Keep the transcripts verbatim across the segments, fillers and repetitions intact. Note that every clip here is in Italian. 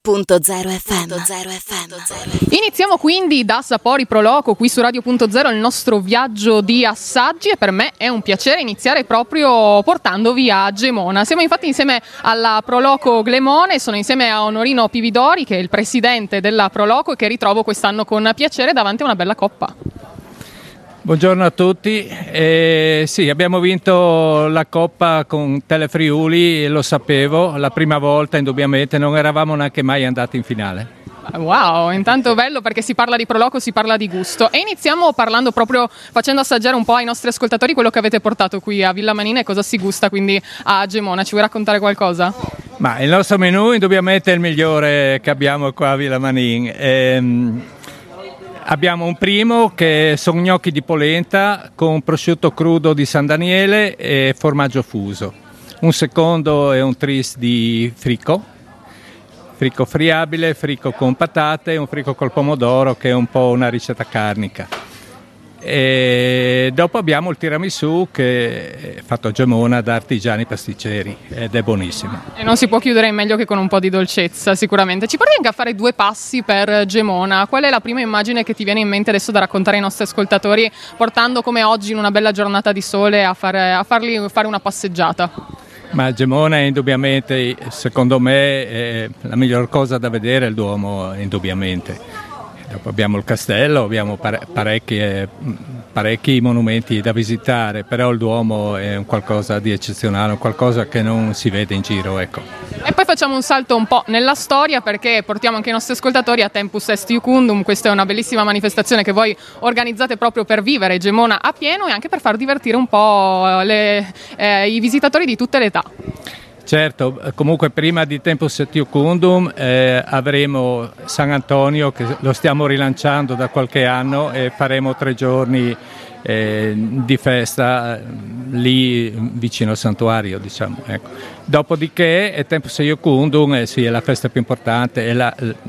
Punto zero F M. Iniziamo quindi da Sapori Pro Loco qui su Radio Punto Zero il nostro viaggio di assaggi e per me è un piacere iniziare proprio portandovi a Gemona. Siamo infatti insieme alla Pro Loco Glemone, sono insieme a Onorino Pividori che è il presidente della Pro Loco e che ritrovo quest'anno con piacere davanti a una bella coppa. Buongiorno a tutti, eh, sì, abbiamo vinto la Coppa con Telefriuli, lo sapevo, la prima volta indubbiamente, non eravamo neanche mai andati in finale. Wow, intanto bello perché si parla di Pro Loco, si parla di gusto e iniziamo parlando proprio, facendo assaggiare un po' ai nostri ascoltatori quello che avete portato qui a Villa Manin e cosa si gusta quindi a Gemona. Ci vuoi raccontare qualcosa? Ma il nostro menù indubbiamente è il migliore che abbiamo qua a Villa Manin. Ehm, Abbiamo un primo che sono gnocchi di polenta con prosciutto crudo di San Daniele e formaggio fuso. Un secondo è un tris di fricco, fricco friabile, fricco con patate e un fricco col pomodoro che è un po' una ricetta carnica. E dopo abbiamo il tiramisù che è fatto a Gemona da artigiani pasticceri ed è buonissimo. E non si può chiudere meglio che con un po' di dolcezza sicuramente. Ci porti anche a fare due passi per Gemona. Qual è la prima immagine che ti viene in mente adesso da raccontare ai nostri ascoltatori portando come oggi in una bella giornata di sole a, fare, a farli fare una passeggiata? Ma Gemona è indubbiamente, secondo me, è la miglior cosa da vedere, il Duomo indubbiamente. Dopo abbiamo il castello, abbiamo pare- parecchi, parecchi monumenti da visitare, però il Duomo è un qualcosa di eccezionale, un qualcosa che non si vede in giro, ecco. E poi facciamo un salto un po' nella storia perché portiamo anche i nostri ascoltatori a Tempus Est Iucundum. Questa è una bellissima manifestazione che voi organizzate proprio per vivere Gemona a pieno e anche per far divertire un po' le, eh, i visitatori di tutte le età. Certo, comunque prima di Tempus Est Iucundum eh, avremo San Antonio che lo stiamo rilanciando da qualche anno e faremo tre giorni eh, di festa lì vicino al santuario, diciamo. Ecco. Dopodiché è Tempus Est Iucundum, eh, sì, è la festa più importante è la, eh,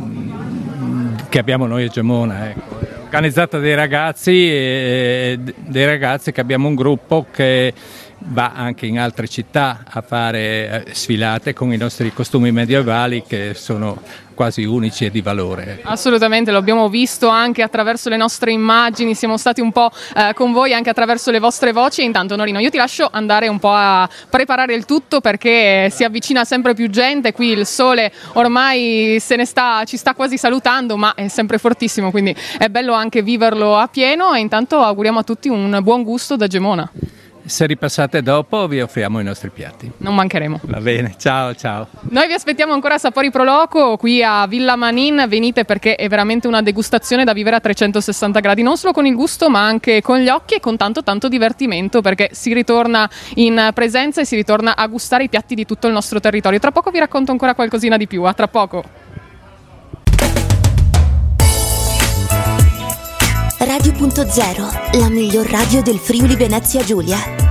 che abbiamo noi a Gemona. Ecco. Organizzata dai ragazzi, eh, dei ragazzi che abbiamo un gruppo che va anche in altre città a fare sfilate con i nostri costumi medievali che sono quasi unici e di valore. Assolutamente, lo abbiamo visto anche attraverso le nostre immagini, siamo stati un po' eh, con voi anche attraverso le vostre voci e intanto Norino io ti lascio andare un po' a preparare il tutto perché si avvicina sempre più gente, qui il sole ormai se ne sta, ci sta quasi salutando ma è sempre fortissimo quindi è bello anche viverlo a pieno e intanto auguriamo a tutti un buon gusto da Gemona. Se ripassate dopo vi offriamo i nostri piatti. Non mancheremo. Va bene, ciao ciao. Noi vi aspettiamo ancora a Sapori Pro Loco qui a Villa Manin, venite perché è veramente una degustazione da vivere a trecentosessanta gradi, non solo con il gusto ma anche con gli occhi e con tanto tanto divertimento perché si ritorna in presenza e si ritorna a gustare i piatti di tutto il nostro territorio. Tra poco vi racconto ancora qualcosina di più, a tra poco. Radio Punto Zero, la miglior radio del Friuli Venezia Giulia.